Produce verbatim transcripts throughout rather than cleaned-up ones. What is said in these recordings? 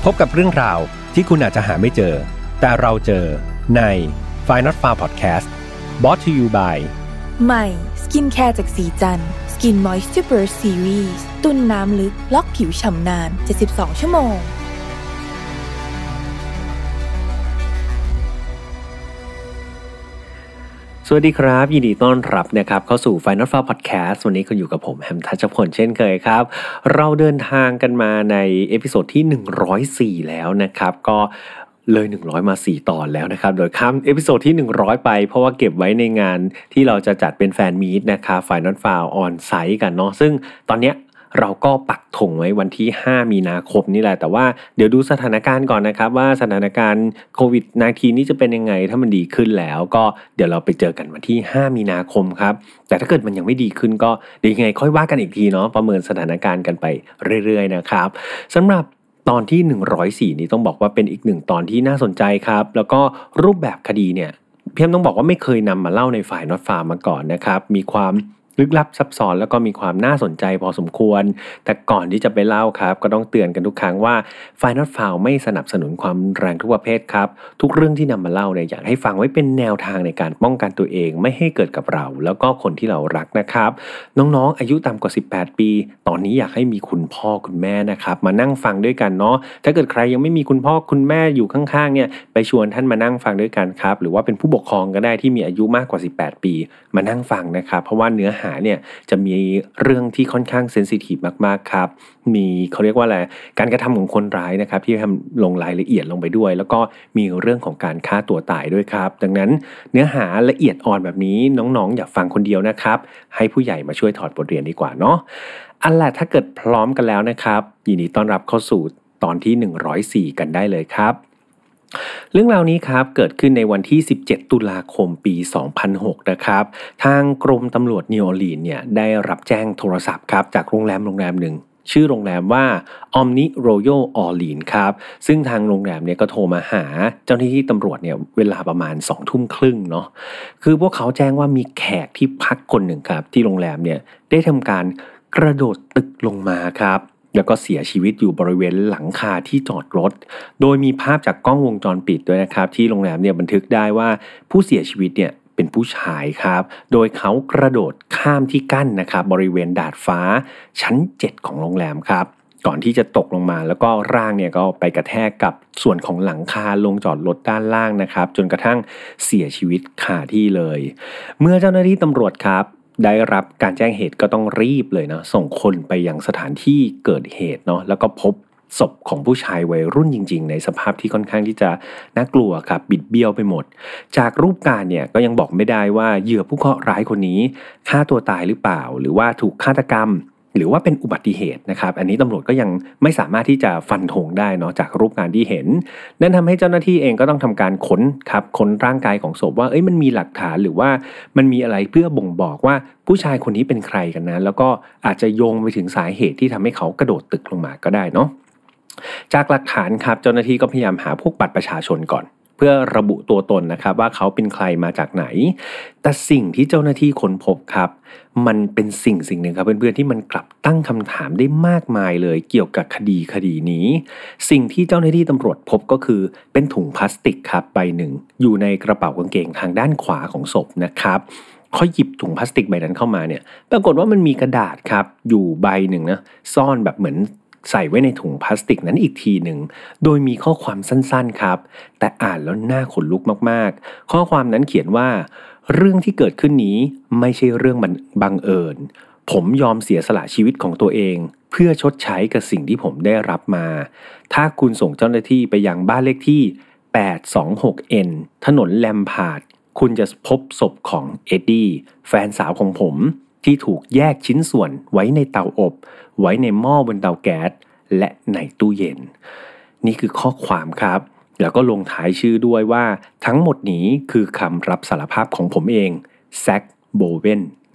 พบกับเรื่องราวที่คุณอาจจะหาไม่เจอแต่เราเจอใน Find Not Found Podcast Brought to you by ใหม่สกินแคร์จากสีจันทร์ Skin Moisture Burst Series ตุ้นน้ำลึกล็อกผิวฉ่ำนานเจ็ดสิบสองชั่วโมงสวัสดีครับยินดีต้อนรับนะครับเข้าสู่ Find Not Found Podcast วันนี้คุณอยู่กับผมแฮมทัชพลเช่นเคยครับเราเดินทางกันมาในเอพิโซดที่หนึ่งร้อยสี่แล้วนะครับก็เลยหนึ่งร้อยมาสี่ตอนแล้วนะครับโดยข้ามเอพิโซดที่หนึ่งร้อยไปเพราะว่าเก็บไว้ในงานที่เราจะจัดเป็นแฟนมีตนะครับ Find Not Found On Site กันเนาะซึ่งตอนเนี้ยเราก็ปักธงไว้วันที่ห้ามีนาคมนี่แหละแต่ว่าเดี๋ยวดูสถานการณ์ก่อนนะครับว่าสถานการณ์โควิด สิบเก้า นี่จะเป็นยังไงถ้ามันดีขึ้นแล้วก็เดี๋ยวเราไปเจอกันวันที่ห้ามีนาคมครับแต่ถ้าเกิดมันยังไม่ดีขึ้นก็เดี๋ยวยังไงค่อยว่ากันอีกทีเนาะประเมินสถานการณ์กันไปเรื่อยๆนะครับสำหรับตอนที่หนึ่งร้อยสี่นี้ต้องบอกว่าเป็นอีกหนึ่งตอนที่น่าสนใจครับแล้วก็รูปแบบคดีเนี่ยเพียงต้องบอกว่าไม่เคยนำมาเล่าในฝ่าย Not Found มาก่อนนะครับมีความลึกลับซับซ้อนแล้วก็มีความน่าสนใจพอสมควรแต่ก่อนที่จะไปเล่าครับก็ต้องเตือนกันทุกครั้งว่า Find Not Found ไม่สนับสนุนความรุนแรงทุกประเภทครับทุกเรื่องที่นำมาเล่าเนี่ยอยากให้ฟังไว้เป็นแนวทางในการป้องกันตัวเองไม่ให้เกิดกับเราแล้วก็คนที่เรารักนะครับน้องๆอายุต่ำกว่าสิบแปดปีตอนนี้อยากให้มีคุณพ่อคุณแม่นะครับมานั่งฟังด้วยกันเนาะถ้าเกิดใครยังไม่มีคุณพ่อคุณแม่อยู่ข้างๆเนี่ยไปชวนท่านมานั่งฟังด้วยกันครับหรือว่าเป็นผู้ปกครองก็ได้ที่มีอายุมากกว่าสิบแปดปีมานั่งฟังนะครับเพราะว่าเนื้อหาเนี่ยจะมีเรื่องที่ค่อนข้างเซนซิทีฟมากๆครับมีเขาเรียกว่าอะไรการกระทำของคนร้ายนะครับที่ทำลงรายละเอียดลงไปด้วยแล้วก็มีเรื่องของการฆ่าตัวตายด้วยครับดังนั้นเนื้อหาละเอียดอ่อนแบบนี้น้องๆอย่าฟังคนเดียวนะครับให้ผู้ใหญ่มาช่วยถอดบทเรียนดีกว่าเนาะอันแหละถ้าเกิดพร้อมกันแล้วนะครับยินดีต้อนรับเข้าสู่ตอนที่หนึ่งร้อยสี่กันได้เลยครับเรื่องราวนี้ครับเกิดขึ้นในวันที่สิบเจ็ดตุลาคมปีสองพันหกนะครับทางกรมตำรวจนิวออร์ลีนส์เนี่ยได้รับแจ้งโทรศัพท์ครับจากโรงแรมโรงแรมหนึ่งชื่อโรงแรมว่า Omni Royal Orleans ครับซึ่งทางโรงแรมเนี่ยก็โทรมาหาเจ้าหน้าที่ตำรวจเนี่ยเวลาประมาณ สองทุ่มครึ่งเนาะคือพวกเขาแจ้งว่ามีแขกที่พักคนหนึ่งครับที่โรงแรมเนี่ยได้ทำการกระโดดตึกลงมาครับแล้วก็เสียชีวิตอยู่บริเวณหลังคาที่จอดรถโดยมีภาพจากกล้องวงจรปิดด้วยนะครับที่โรงแรมเนี่ยบันทึกได้ว่าผู้เสียชีวิตเนี่ยเป็นผู้ชายครับโดยเขากระโดดข้ามที่กั้นนะครับบริเวณดาดฟ้าชั้นเจ็ดของโรงแรมครับก่อนที่จะตกลงมาแล้วก็ร่างเนี่ยก็ไปกระแทกกับส่วนของหลังคาลงจอดรถด้านล่างนะครับจนกระทั่งเสียชีวิตคาที่เลยเมื่อเจ้าหน้าที่ตำรวจครับได้รับการแจ้งเหตุก็ต้องรีบเลยนะส่งคนไปยังสถานที่เกิดเหตุเนาะแล้วก็พบศพของผู้ชายวัยรุ่นจริงๆในสภาพที่ค่อนข้างที่จะน่ากลัวครับบิดเบี้ยวไปหมดจากรูปการเนี่ยก็ยังบอกไม่ได้ว่าเหยื่อผู้เคราะห์ร้ายคนนี้ฆ่าตัวตายหรือเปล่าหรือว่าถูกฆาตกรรมหรือว่าเป็นอุบัติเหตุนะครับอันนี้ตำรวจก็ยังไม่สามารถที่จะฟันธงได้เนาะจากรูปการที่เห็นนั่นทำให้เจ้าหน้าที่เองก็ต้องทำการค้นครับค้นร่างกายของศพว่าเอ้ยมันมีหลักฐานหรือว่ามันมีอะไรเพื่อบ่งบอกว่าผู้ชายคนนี้เป็นใครกันนะแล้วก็อาจจะโยงไปถึงสาเหตุที่ทำให้เขากระโดดตึกลงมาก็ได้เนาะจากหลักฐานครับเจ้าหน้าที่ก็พยายามหาพวกบัตรประชาชนก่อนเพื่อระบุตัวตนนะครับว่าเขาเป็นใครมาจากไหนแต่สิ่งที่เจ้าหน้าที่ค้นพบครับมันเป็นสิ่งสิ่งหนึ่งครับเพื่อนๆที่มันกลับตั้งคำถามได้มากมายเลยเกี่ยวกับคดีคดีนี้สิ่งที่เจ้าหน้าที่ตำรวจพบก็คือเป็นถุงพลาสติกครับใบหนึ่งอยู่ในกระเป๋ากางเกงทางด้านขวาของศพนะครับเขาหยิบถุงพลาสติกใบนั้นเข้ามาเนี่ยปรากฏว่ามันมีกระดาษครับอยู่ใบหนึ่งนะซ่อนแบบเหมือนใส่ไว้ในถุงพลาสติกนั้นอีกทีหนึ่งโดยมีข้อความสั้นๆครับแต่อ่านแล้วน่าขนลุกมากๆข้อความนั้นเขียนว่าเรื่องที่เกิดขึ้นนี้ไม่ใช่เรื่องบังเอิญผมยอมเสียสละชีวิตของตัวเองเพื่อชดใช้กับสิ่งที่ผมได้รับมาถ้าคุณส่งเจ้าหน้าที่ไปยังบ้านเลขที่แปดสองหกเอ็น ถนนแลมพาร์ดคุณจะพบศพของเอ็ดดี้แฟนสาวของผมที่ถูกแยกชิ้นส่วนไว้ในเตาอบไว้ในหม้อบนเตาแก๊สและในตู้เย็นนี่คือข้อความครับแล้วก็ลงท้ายชื่อด้วยว่าทั้งหมดนี้คือคำรับสารภาพของผมเองแซคโบเวน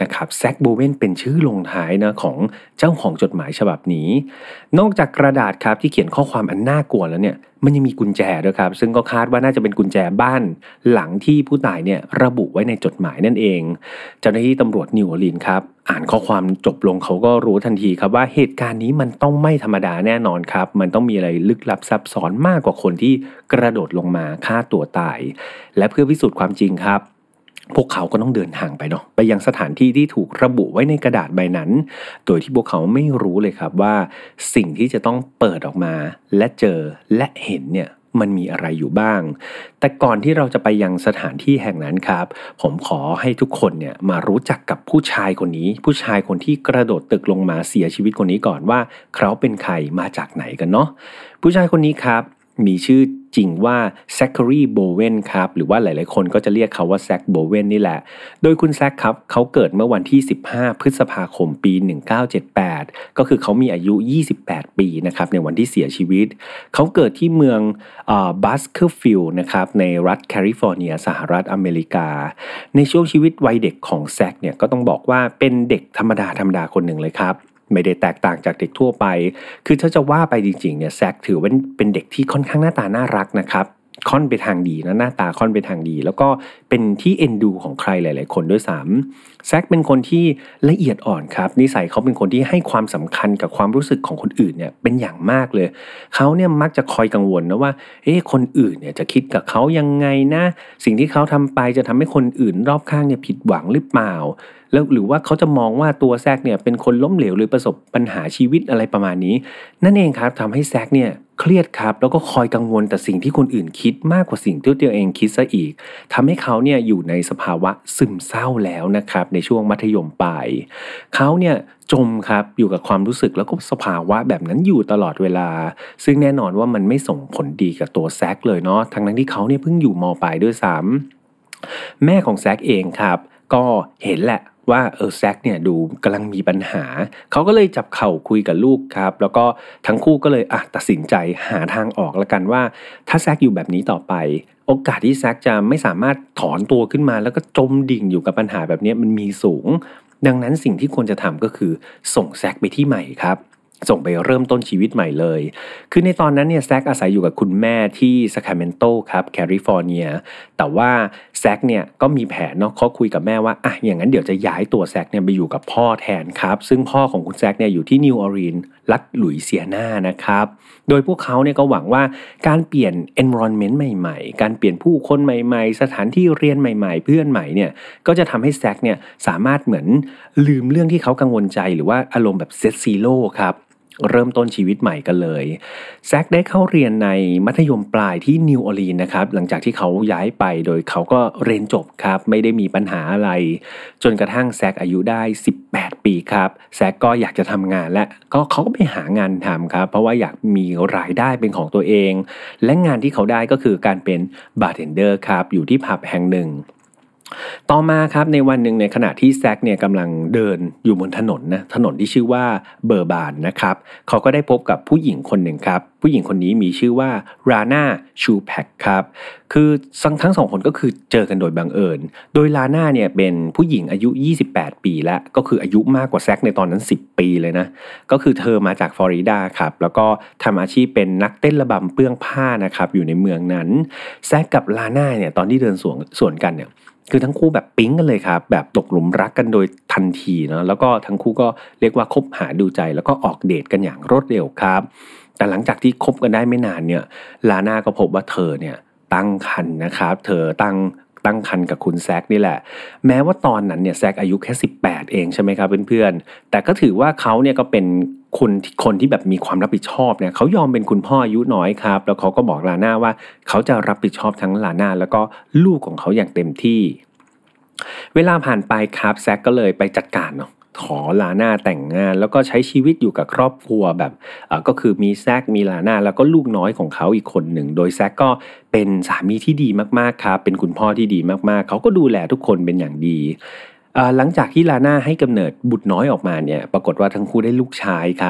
นะครับแซคโบเวนเป็นชื่อลงท้ายนะของเจ้าของจดหมายฉบับนี้นอกจากกระดาษครับที่เขียนข้อความอันน่ากลัวแล้วเนี่ยมันยังมีกุญแจด้วยครับซึ่งก็คาดว่าน่าจะเป็นกุญแจบ้านหลังที่ผู้ตายเนี่ยระบุไว้ในจดหมายนั่นเองเจ้าหน้าที่ตำรวจนิวออร์ลีนส์ครับอ่านข้อความจบลงเขาก็รู้ทันทีครับว่าเหตุการณ์นี้มันต้องไม่ธรรมดาแน่นอนครับมันต้องมีอะไรลึกลับซับซ้อนมากกว่าคนที่กระโดดลงมาฆ่าตัวตายและเพื่อพิสูจน์ความจริงครับพวกเขาก็ต้องเดินทางไปเนาะไปยังสถานที่ที่ถูกระบุไว้ในกระดาษใบนั้นโดยที่พวกเขาไม่รู้เลยครับว่าสิ่งที่จะต้องเปิดออกมาและเจอและเห็นเนี่ยมันมีอะไรอยู่บ้างแต่ก่อนที่เราจะไปยังสถานที่แห่งนั้นครับผมขอให้ทุกคนเนี่ยมารู้จักกับผู้ชายคนนี้ผู้ชายคนที่กระโดดตึกลงมาเสียชีวิตคนนี้ก่อนว่าเขาเป็นใครมาจากไหนกันเนาะผู้ชายคนนี้ครับมีชื่อจริงว่าแซคเคอรีโบเวนครับหรือว่าหลายๆคนก็จะเรียกเขาว่าแซคโบเวนนี่แหละโดยคุณแซคครับเขาเกิดเมื่อวันที่สิบห้าพฤษภาคมปีหนึ่งเก้าเจ็ดแปดก็คือเขามีอายุยี่สิบแปดปีนะครับในวันที่เสียชีวิตเขาเกิดที่เมืองอ่าบัสเคิลฟิลด์นะครับในรัฐแคลิฟอร์เนียสหรัฐอเมริกาในช่วงชีวิตวัยเด็กของแซคเนี่ยก็ต้องบอกว่าเป็นเด็กธรรมดาธรรมดาคนหนึ่งเลยครับไม่ได้แตกต่างจากเด็กทั่วไปคือถ้าจะว่าไปจริงๆเนี่ยแซคถือว่าเป็นเด็กที่ค่อนข้างหน้าตาน่ารักนะครับค่อนไปทางดีนะหน้าตาค่อนไปทางดีแล้วก็เป็นที่เอ็นดูของใครหลายๆคนด้วยซ้ำแซคเป็นคนที่ละเอียดอ่อนครับนิสัยเขาเป็นคนที่ให้ความสำคัญกับความรู้สึกของคนอื่นเนี่ยเป็นอย่างมากเลยเขาเนี่ยมักจะคอยกังวลนะว่าเอ๊ะคนอื่นเนี่ยจะคิดกับเขายังไงนะสิ่งที่เขาทำไปจะทำให้คนอื่นรอบข้างเนี่ยผิดหวังหรือเปล่าแล้วหรือว่าเขาจะมองว่าตัวแซคเนี่ยเป็นคนล้มเหลวหรือประสบปัญหาชีวิตอะไรประมาณนี้นั่นเองครับทำให้แซคเนี่ยเครียดครับแล้วก็คอยกังวลแต่สิ่งที่คนอื่นคิดมากกว่าสิ่งที่ตัวเองคิดซะอีกทำให้เขาเนี่ยอยู่ในสภาวะซึมเศร้าแล้วนะครับในช่วงมัธยมปลายเขาเนี่ยจมครับอยู่กับความรู้สึกแล้วก็สภาวะแบบนั้นอยู่ตลอดเวลาซึ่งแน่นอนว่ามันไม่ส่งผลดีกับตัวแซคเลยเนาะทั้งนั้นที่เขาเนี่ยเพิ่งอยู่ม.ปลายด้วยซ้ำแม่ของแซคเองครับก็เห็นแหละว่าเออแซคเนี่ยดูกำลังมีปัญหาเขาก็เลยจับเข่าคุยกับลูกครับแล้วก็ทั้งคู่ก็เลยอ่ะตัดสินใจหาทางออกละกันว่าถ้าแซคอยู่แบบนี้ต่อไปโอกาสที่แซคจะไม่สามารถถอนตัวขึ้นมาแล้วก็จมดิ่งอยู่กับปัญหาแบบนี้มันมีสูงดังนั้นสิ่งที่ควรจะทำก็คือส่งแซคไปที่ใหม่ครับส่งไปเริ่มต้นชีวิตใหม่เลยคือในตอนนั้นเนี่ยแซคอาศัยอยู่กับคุณแม่ที่ซัคราเมนโตครับแคลิฟอร์เนียแต่ว่าแซคเนี่ยก็มีแผนเนาะเขาคุยกับแม่ว่าอ่ะอย่างนั้นเดี๋ยวจะย้ายตัวแซคเนี่ยไปอยู่กับพ่อแทนครับซึ่งพ่อของคุณแซคเนี่ยอยู่ที่นิวออร์ลีนส์รัฐหลุยเซียนานะครับโดยพวกเขาเนี่ยก็หวังว่าการเปลี่ยน environment ใหม่ๆการเปลี่ยนผู้คนใหม่ๆสถานที่เรียนใหม่ๆเพื่อนใหม่เนี่ยก็จะทำให้แซคเนี่ยสามารถเหมือนลืมเรื่องที่เขากังวลใจหรือว่าอารมณ์แบบเซตซีโร่ครับเริ่มต้นชีวิตใหม่กันเลยแซคได้เข้าเรียนในมัธยมปลายที่นิวออร์ลีนส์นะครับหลังจากที่เขาย้ายไปโดยเขาก็เรียนจบครับไม่ได้มีปัญหาอะไรจนกระทั่งแซคอายุได้สิบแปดปีครับแซคก็อยากจะทำงานและก็เขาก็ไปหางานทำครับเพราะว่าอยากมีรายได้เป็นของตัวเองและงานที่เขาได้ก็คือการเป็นบาร์เทนเดอร์ครับอยู่ที่ผับแห่งหนึ่งต่อมาครับในวันหนึ่งในขณะที่แซคเนี่ยกำลังเดินอยู่บนถนนนะถนนที่ชื่อว่าเบอร์บานนะครับเขาก็ได้พบกับผู้หญิงคนหนึ่งครับผู้หญิงคนนี้มีชื่อว่าราน่าชูแพคครับคือทั้งสองคนก็คือเจอกันโดยบังเอิญโดยราน่าเนี่ยเป็นผู้หญิงอายุยี่สิบแปดปีแล้วก็คืออายุมากกว่าแซคในตอนนั้นสิบปีเลยนะก็คือเธอมาจากฟลอริดาครับแล้วก็ทำอาชีพเป็นนักเต้นระบำเปื้องผ้านะครับอยู่ในเมืองนั้นแซคกับราน่าเนี่ยตอนที่เดินสวนสวนกันเนี่ยคือทั้งคู่แบบปิ๊งกันเลยครับแบบตกหลุมรักกันโดยทันทีนะแล้วก็ทั้งคู่ก็เรียกว่าคบหาดูใจแล้วก็ออกเดทกันอย่างรวดเร็วครับแต่หลังจากที่คบกันได้ไม่นานเนี่ยลาน่าก็พบว่าเธอเนี่ยตั้งครรภ์นะครับเธอตั้งตั้งครรภ์กับคุณแซคนี่แหละแม้ว่าตอนนั้นเนี่ยแซคอายุแค่สิบแปดเองใช่ไหมครับเพื่อนๆแต่ก็ถือว่าเขาเนี่ยก็เป็นคนคนที่แบบมีความรับผิดชอบเนี่ยเขายอมเป็นคุณพ่ออายุน้อยครับแล้วเขาก็บอกลาน่าว่าเขาจะรับผิดชอบทั้งลาน่าแล้วก็ลูกของเขาอย่างเต็มที่เวลาผ่านไปครับแซคก็เลยไปจัดการเนาะขอลาน่าแต่งงานแล้วก็ใช้ชีวิตอยู่กับครอบครัวแบบก็คือมีแซคมีลาน่าแล้วก็ลูกน้อยของเขาอีกคนหนึ่งโดยแซคก็เป็นสามีที่ดีมากๆครับเป็นคุณพ่อที่ดีมากๆเขาก็ดูแลทุกคนเป็นอย่างดีหลังจากที่ลาน่าให้กำเนิดบุตรน้อยออกมาเนี่ยปรากฏว่าทั้งคู่ได้ลูกชายครับ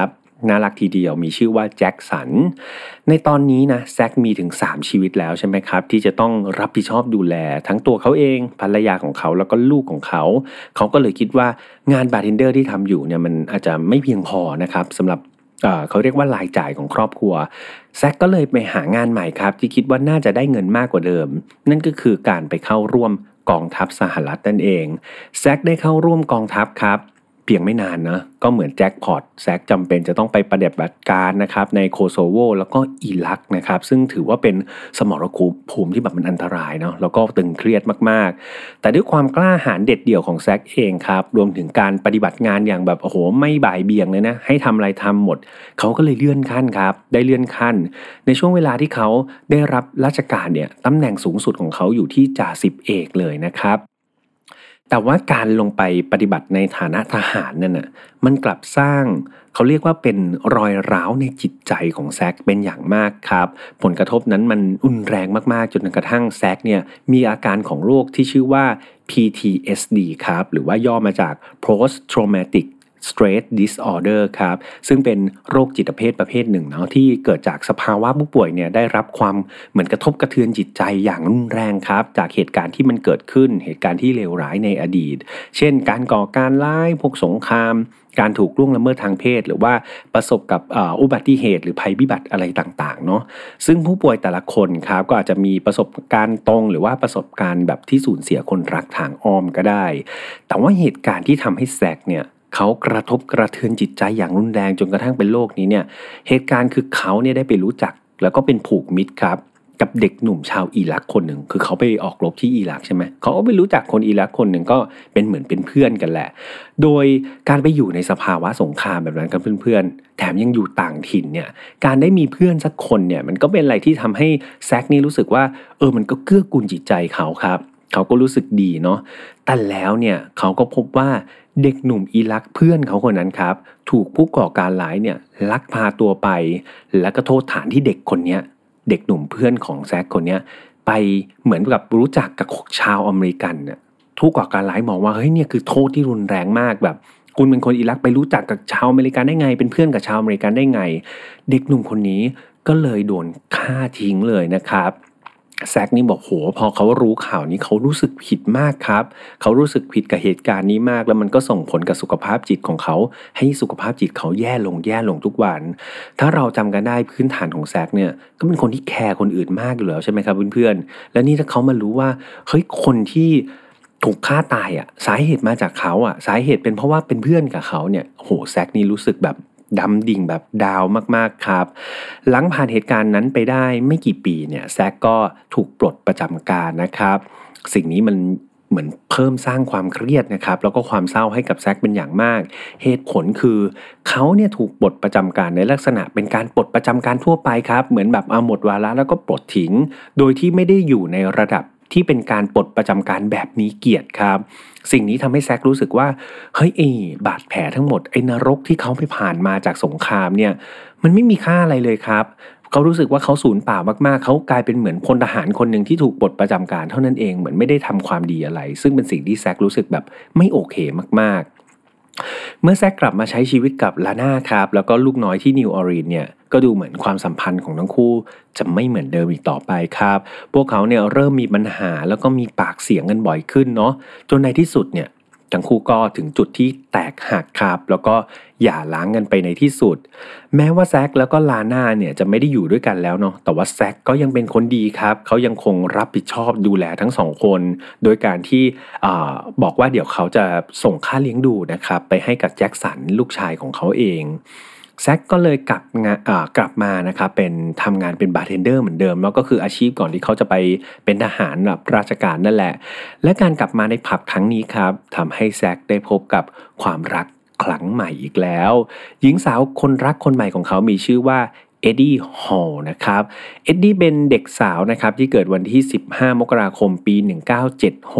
น่ารักทีเดียวมีชื่อว่าแจ็คสันในตอนนี้นะแซคมีถึงสามชีวิตแล้วใช่ไหมครับที่จะต้องรับผิดชอบดูแลทั้งตัวเขาเองภรรยาของเขาแล้วก็ลูกของเขาเขาก็เลยคิดว่างานบาร์เทนเดอร์ที่ทำอยู่เนี่ยมันอาจจะไม่เพียงพอนะครับสำหรับเอ่อเขาเรียกว่ารายจ่ายของครอบครัวแซคก็เลยไปหางานใหม่ครับที่คิดว่าน่าจะได้เงินมากกว่าเดิมนั่นก็คือการไปเข้าร่วมกองทัพสหรัฐนั่นเองแซคได้เข้าร่วมกองทัพครับเพียงไม่นานนะก็เหมือนแจ็คพอตแซคจำเป็นจะต้องไปปฏิบัติการนะครับในโคโซโวแล้วก็อิรักนะครับซึ่งถือว่าเป็นสมรภูมิที่แบบมันอันตรายเนาะแล้วก็ตึงเครียดมากๆแต่ด้วยความกล้าหาญเด็ดเดี่ยวของแซคเองครับรวมถึงการปฏิบัติงานอย่างแบบโอ้โหไม่บ่ายเบี่ยงเลยนะให้ทำอะไรทำหมดเขาก็เลยเลื่อนขั้นครับได้เลื่อนขั้นในช่วงเวลาที่เขาได้รับราชการเนี่ยตำแหน่งสูงสุดของเขาอยู่ที่จ่าสิบเอกเลยนะครับแต่ว่าการลงไปปฏิบัติในฐานะทหารนั่นน่ะมันกลับสร้างเขาเรียกว่าเป็นรอยร้าวในจิตใจของแซคเป็นอย่างมากครับผลกระทบนั้นมันรุนแรงมากๆจนกระทั่งแซคเนี่ยมีอาการของโรคที่ชื่อว่า พี ที เอส ดี ครับหรือว่าย่อมาจาก Post Traumatic Stress Disorder ครับซึ่งเป็นโรคจิตเภทประเภทหนึ่งเนาะที่เกิดจากสภาวะผู้ป่วยเนี่ยได้รับความเหมือนกระทบกระเทือนจิตใจอย่างรุนแรงครับจากเหตุการณ์ที่มันเกิดขึ้นเหตุการณ์ที่เลวร้ายในอดีตเช่นการก่อการร้ายพวกสงครามการถูกล่วงละเมิดทางเพศหรือว่าประสบกับอุบัติเหตุหรือภัยพิบัติอะไรต่างๆเนาะซึ่งผู้ป่วยแต่ละคนครับก็อาจจะมีประสบการณ์ตรงหรือว่าประสบการณ์แบบที่สูญเสียคนรักทางอ้อมก็ได้แต่ว่าเหตุการณ์ที่ทำให้แซคเนี่ยเขากระทบกระเทือนจิตใจอย่างรุนแรงจนกระทั่งเป็นโรคนี้เนี่ยเหตุการณ์คือเขาเนี่ยได้ไปรู้จักแล้วก็เป็นผูกมิตรครับกับเด็กหนุ่มชาวอิรักคนหนึ่งคือเขาไปออกรบที่อิรักใช่ไหมเขาก็ไปรู้จักคนอิรักคนหนึ่งก็เป็นเหมือนเป็นเพื่อนกันแหละโดยการไปอยู่ในสภาวะสงครามแบบนั้นกับเพื่อนๆแถมยังอยู่ต่างถิ่นเนี่ยการได้มีเพื่อนสักคนเนี่ยมันก็เป็นอะไรที่ทำให้แซคนี่รู้สึกว่าเออมันก็เกื้อกูลจิตใจเขาครับเขาก็รู้สึกดีเนาะแต่แล้วเนี่ยเขาก็พบว่าเด็กหนุ่มอิรักเพื่อนเขาคนนั้นครับถูกผู้ก่อการร้ายเนี่ยลักพาตัวไปแล้วก็โทษฐานที่เด็กคนเนี้ยเด็กหนุ่มเพื่อนของแซคคนเนี้ยไปเหมือนกับรู้จักกับชาวอเมริกันเนี่ยผู้ก่อการร้ายมองว่าเฮ้ยเนี่ยคือโทษที่รุนแรงมากแบบคุณเป็นคนอิรักไปรู้จักกับชาวอเมริกันได้ไงเป็นเพื่อนกับชาวอเมริกันได้ไงเด็กหนุ่มคนนี้ก็เลยโดนฆ่าทิ้งเลยนะครับแซคนี่บอกโหพอเขารู้ข่าวนี้เขารู้สึกผิดมากครับเขารู้สึกผิดกับเหตุการณ์นี้มากแล้วมันก็ส่งผลกับสุขภาพจิตของเขาให้สุขภาพจิตเขาแย่ลงแย่ลงทุกวันถ้าเราจำกันได้พื้นฐานของแซคเนี่ยก็เป็นคนที่แคร์คนอื่นมากอยู่แล้วใช่ไหมครับเพื่อนๆและนี่ถ้าเขามารู้ว่าเฮ้ยคนที่ถูกฆ่าตายอ่ะสาเหตุมาจากเขาอ่ะสาเหตุเป็นเพราะว่าเป็นเพื่อนกับเขาเนี่ยโหแซคนี่รู้สึกแบบดำดิ่งแบบดาวมากๆครับหลังผ่านเหตุการณ์นั้นไปได้ไม่กี่ปีเนี่ยแซคก็ถูกปลดประจำการนะครับสิ่งนี้มันเหมือนเพิ่มสร้างความเครียดนะครับแล้วก็ความเศร้าให้กับแซคเป็นอย่างมากเหตุผลคือเขาเนี่ยถูกปลดประจำการในลักษณะเป็นการปลดประจำการทั่วไปครับเหมือนแบบเอาหมดวาระแล้วก็ปลดทิ้งโดยที่ไม่ได้อยู่ในระดับที่เป็นการปลดประจำการแบบมีเกียรติครับสิ่งนี้ทำให้แซครู้สึกว่าเฮ้ยไอ้บาดแผลทั้งหมดไอ้นรกที่เขาไปผ่านมาจากสงครามเนี่ยมันไม่มีค่าอะไรเลยครับเขารู้สึกว่าเขาสูญเปล่ามากๆเขากลายเป็นเหมือนพลทหารคนหนึ่งที่ถูกปลดประจำการเท่านั้นเองเหมือนไม่ได้ทำความดีอะไรซึ่งเป็นสิ่งที่แซครู้สึกแบบไม่โอเคมากๆเมื่อแซคกลับมาใช้ชีวิตกับลาน่าครับแล้วก็ลูกน้อยที่นิวออร์ลีนเนี่ยก็ดูเหมือนความสัมพันธ์ของทั้งคู่จะไม่เหมือนเดิมอีกต่อไปครับพวกเขาเนี่ยเริ่มมีปัญหาแล้วก็มีปากเสียงกันบ่อยขึ้นเนาะจนในที่สุดเนี่ยทั้งคู่ก็ถึงจุดที่แตกหักครับแล้วก็หย่าร้างกันไปในที่สุดแม้ว่าแซคแล้วก็ลาน่าเนี่ยจะไม่ได้อยู่ด้วยกันแล้วเนาะแต่ว่าแซคก็ยังเป็นคนดีครับเขายังคงรับผิดชอบดูแลทั้งสองคนโดยการที่บอกว่าเดี๋ยวเขาจะส่งค่าเลี้ยงดูนะครับไปให้กับแจ็คสันลูกชายของเขาเองแซคก็เลยกลับงานกลับมานะครับเป็นทำงานเป็นบาร์เทนเดอร์เหมือนเดิมแล้วก็คืออาชีพก่อนที่เขาจะไปเป็นทหารแบบราชการนั่นแหละและการกลับมาในผับครั้งนี้ครับทำให้แซคได้พบกับความรักครั้งใหม่อีกแล้วหญิงสาวคนรักคนใหม่ของเขามีชื่อว่าเอ็ดดี้ฮอลล์นะครับเอ็ดดี้เป็นเด็กสาวนะครับที่เกิดวันที่สิบห้ามกราคมปีหนึ่งพันเก้าร้อยเจ็ดสิบหก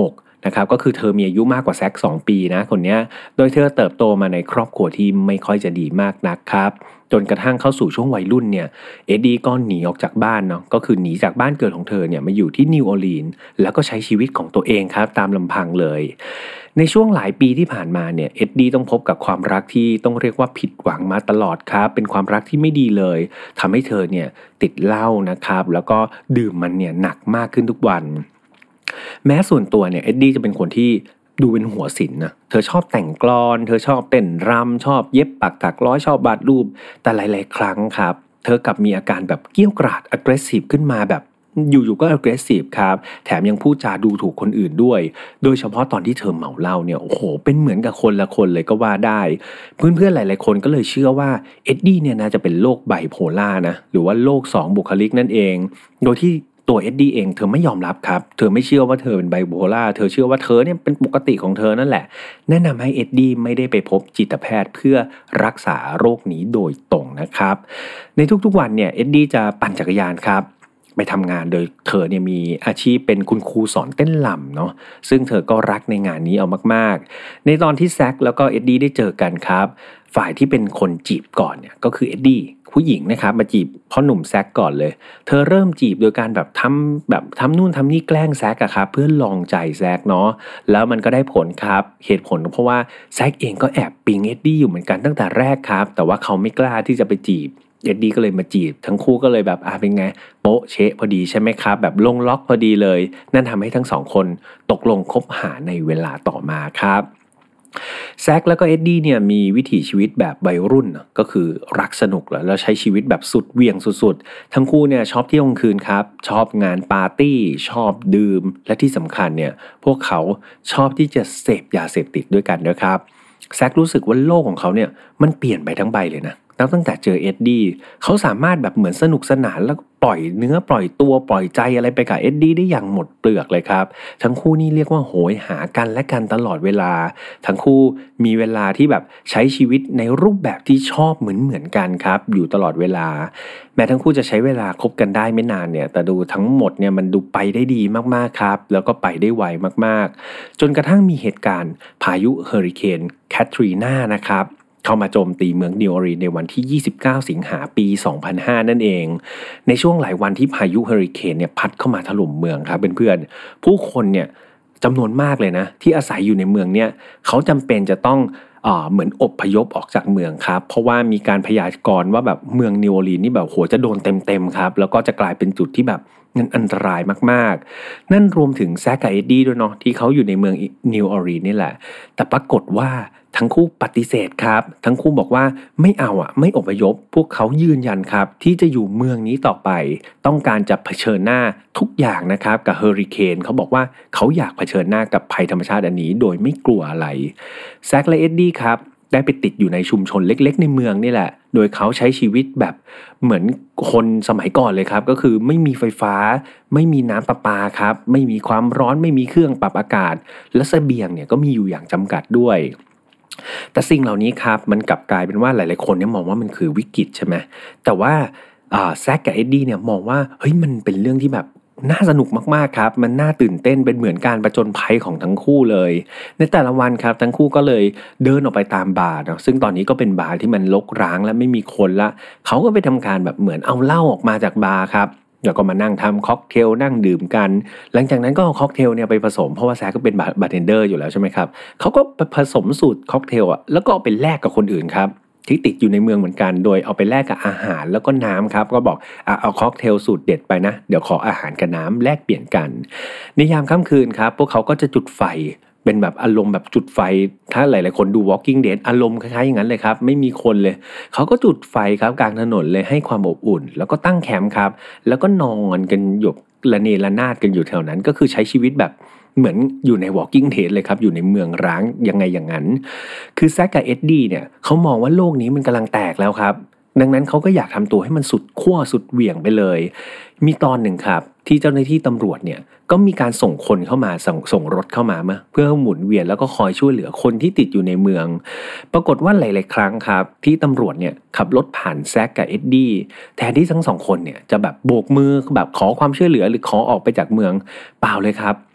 นะครับก็คือเธอมีอายุมากกว่าแซคสองปีนะคนนี้โดยเธอเติบโตมาในครอบครัวที่ไม่ค่อยจะดีมากนักครับจนกระทั่งเข้าสู่ช่วงวัยรุ่นเนี่ยเอ็ดดี้ก็หนีออกจากบ้านเนาะก็คือหนีจากบ้านเกิดของเธอเนี่ยมาอยู่ที่นิวออร์ลีนส์แล้วก็ใช้ชีวิตของตัวเองครับตามลำพังเลยในช่วงหลายปีที่ผ่านมาเนี่ยเอ็ดดี้ต้องพบกับความรักที่ต้องเรียกว่าผิดหวังมาตลอดครับเป็นความรักที่ไม่ดีเลยทำให้เธอเนี่ยติดเหล้านะครับแล้วก็ดื่มมันเนี่ยหนักมากขึ้นทุกวันแม้ส่วนตัวเนี่ยเอ็ดดี้จะเป็นคนที่ดูเป็นหัวศิลป์นะเธอชอบแต่งกลอนเธอชอบเต้นรำชอบเย็บปักถักร้อยชอบวาดรูปแต่หลายๆครั้งครับเธอกลับมีอาการแบบเกรี้ยวกราด aggressive ขึ้นมาแบบอยู่ๆก็ aggressive ครับแถมยังพูดจาดูถูกคนอื่นด้วยโดยเฉพาะตอนที่เธอเมาเหล้าเนี่ยโอ้โหเป็นเหมือนกับคนละคนเลยก็ว่าได้เพื่อนๆหลายๆคนก็เลยเชื่อว่าเอ็ดดี้เนี่ยน่าจะเป็นโรคไบโพล่านะหรือว่าโรคสองบุคลิกนั่นเองโดยที่ตัวเอ็ดดี้เองเธอไม่ยอมรับครับเธอไม่เชื่อว่าเธอเป็นไบโพล่าเธอเชื่อว่าเธอเนี่ยเป็นปกติของเธอนั่นแหละแนะนำให้เอ็ดดี้ไม่ได้ไปพบจิตแพทย์เพื่อรักษาโรคนี้โดยตรงนะครับในทุกๆวันเนี่ยเอ็ดดี้จะปั่นจักรยานครับไปทำงานโดยเธอเนี่ยมีอาชีพเป็นคุณครูสอนเต้นรำเนาะซึ่งเธอก็รักในงานนี้เอามากๆในตอนที่แซคแล้วก็เอ็ดดี้ได้เจอกันครับฝ่ายที่เป็นคนจีบก่อนเนี่ยก็คือเอ็ดดี้ผู้หญิงนะครับมาจีบพ่อหนุ่มแซคก่อนเลยเธอเริ่มจีบโดยการแบบทำแบบทำนู่นทำนี่แกล้งแซคอะครับเพื่อลองใจแซคเนาะแล้วมันก็ได้ผลครับเหตุผลเพราะว่าแซคเองก็แอบปิ๊งเอ็ดดี้อยู่เหมือนกันตั้งแต่แรกครับแต่ว่าเขาไม่กล้าที่จะไปจีบเอ็ดดี้ก็เลยมาจีบทั้งคู่ก็เลยแบบอ่ะเป็นไงโป๊ะเชะพอดีใช่ไหมครับแบบลงล็อกพอดีเลยนั่นทำให้ทั้งสองคนตกลงคบหาในเวลาต่อมาครับแซคแล้วก็เอ็ดดี้เนี่ยมีวิถีชีวิตแบบวัยรุ่นก็คือรักสนุกแล้วใช้ชีวิตแบบสุดเหวี่ยงสุดๆทั้งคู่เนี่ยชอบเที่ยวกลางคืนครับชอบงานปาร์ตี้ชอบดื่มและที่สำคัญเนี่ยพวกเขาชอบที่จะเสพยาเสพติดด้วยกันนะครับแซครู้สึกว่าโลกของเขาเนี่ยมันเปลี่ยนไปทั้งใบเลยนะตั้งแต่เจอเอ็ดดี้เขาสามารถแบบเหมือนสนุกสนานแล้วปล่อยเนื้อปล่อยตัวปล่อยใจอะไรไปกับเอ็ดดี้ได้อย่างหมดเปลือกเลยครับทั้งคู่นี่เรียกว่าโหยหากันและกันตลอดเวลาทั้งคู่มีเวลาที่แบบใช้ชีวิตในรูปแบบที่ชอบเหมือนเหมือนกันครับอยู่ตลอดเวลาแม้ทั้งคู่จะใช้เวลาคบกันได้ไม่นานเนี่ยแต่ดูทั้งหมดเนี่ยมันดูไปได้ดีมากๆครับแล้วก็ไปได้ไวมากๆจนกระทั่งมีเหตุการณ์พายุเฮอริเคนแคทรีนานะครับเข้ามาโจมตีเมืองนิวออร์ลีนส์ในวันที่ยี่สิบเก้าสิงหาคมปีสองพันห้านั่นเองในช่วงหลายวันที่พายุเฮอริเคนเนี่ยพัดเข้ามาถล่มเมืองครับเพื่อนๆผู้คนเนี่ยจำนวนมากเลยนะที่อาศัยอยู่ในเมืองเนี่ยเขาจำเป็นจะต้องเอ่อเหมือนอพยพออกจากเมืองครับเพราะว่ามีการพยากรณ์ว่าแบบเมืองนิวออร์ลีนส์นี่แบบโหจะโดนเต็มๆครับแล้วก็จะกลายเป็นจุดที่แบบนั่นอันตรายมากๆนั่นรวมถึงแซคกับเอ็ดดี้ด้วยเนาะที่เขาอยู่ในเมืองนิวออร์ลีนส์นี่แหละแต่ปรากฏว่าทั้งคู่ปฏิเสธครับทั้งคู่บอกว่าไม่เอาอ่ะไม่อพยพพวกเขายืนยันครับที่จะอยู่เมืองนี้ต่อไปต้องการจะเผชิญหน้าทุกอย่างนะครับกับเฮอริเคนเขาบอกว่าเขาอยากเผชิญหน้ากับภัยธรรมชาติอันนี้โดยไม่กลัวอะไรแซคและเอ็ดดี้ครับได้ไปติดอยู่ในชุมชนเล็กๆในเมืองนี่แหละโดยเขาใช้ชีวิตแบบเหมือนคนสมัยก่อนเลยครับก็คือไม่มีไฟฟ้าไม่มีน้ำประปาครับไม่มีความร้อนไม่มีเครื่องปรับอากาศและเสบียงเนี่ยก็มีอยู่อย่างจำกัดด้วยแต่สิ่งเหล่านี้ครับมันกลับกลายเป็นว่าหลายๆคนเนี่ยมองว่ามันคือวิกฤตใช่ไหมแต่ว่าแซคกับเอ็ดดี้เนี่ยมองว่าเฮ้ยมันเป็นเรื่องที่แบบน่าสนุกมากๆครับมันน่าตื่นเต้นเป็นเหมือนการประจนภัยของทั้งคู่เลยในแต่ละวันครับทั้งคู่ก็เลยเดินออกไปตามบาร์เนาะซึ่งตอนนี้ก็เป็นบาร์ที่มันรกร้างและไม่มีคนละเขาก็ไปทำการแบบเหมือนเอาเหล้าออกมาจากบาร์ครับแล้วก็มานั่งทำค็อกเทลนั่งดื่มกันหลังจากนั้นก็เอาค็อกเทลเนี่ยไปผสมเพราะว่าแซคก็เป็นบาร์เทนเดอร์อยู่แล้วใช่ไหมครับเขาก็ผสมสูตรค็อกเทลอ่ะแล้วก็เอาไปแลกกับคนอื่นครับที่ติดอยู่ในเมืองเหมือนกันโดยเอาไปแลกกับอาหารแล้วก็น้ำครับก็บอกอ่ะเอาค็อกเทลสูตรเด็ดไปนะเดี๋ยวขออาหารกับน้ำแลกเปลี่ยนกันในยามค่ำคืนครับพวกเขาก็จะจุดไฟเป็นแบบอารมณ์แบบจุดไฟถ้าหลายๆคนดู Walking Dead อารมณ์คล้ายๆอย่างนั้นเลยครับไม่มีคนเลยเขาก็จุดไฟครับกลางถนนเลยให้ความอบอุ่นแล้วก็ตั้งแคมป์ครับแล้วก็นอนกันหยบระเนระนาดกันอยู่แถวนั้นก็คือใช้ชีวิตแบบเหมือนอยู่ใน Walking Dead เลยครับอยู่ในเมืองร้างยังไงอย่างนั้นคือแซคกับเอ็ดดี้เนี่ยเขามองว่าโลกนี้มันกำลังแตกแล้วครับดังนั้นเขาก็อยากทำตัวให้มันสุดขั้วสุดเหวี่ยงไปเลยมีตอนหนึ่งครับที่เจ้าหน้าที่ตำรวจเนี่ยก็มีการส่งคนเข้ามาส่งส่งรถเข้ามามาเพื่อหมุนเวียนแล้วก็คอยช่วยเหลือคนที่ติดอยู่ในเมืองปรากฏว่าหลายๆครั้งครับที่ตำรวจเนี่ยขับรถผ่านแซคกับเอ็ดดี้แทนที่ทั้งสองคนเนี่ยจะแบบโบกมือแบบขอความช่วยเหลือหรือขอออกไปจากเมืองเปล่าเลยครับ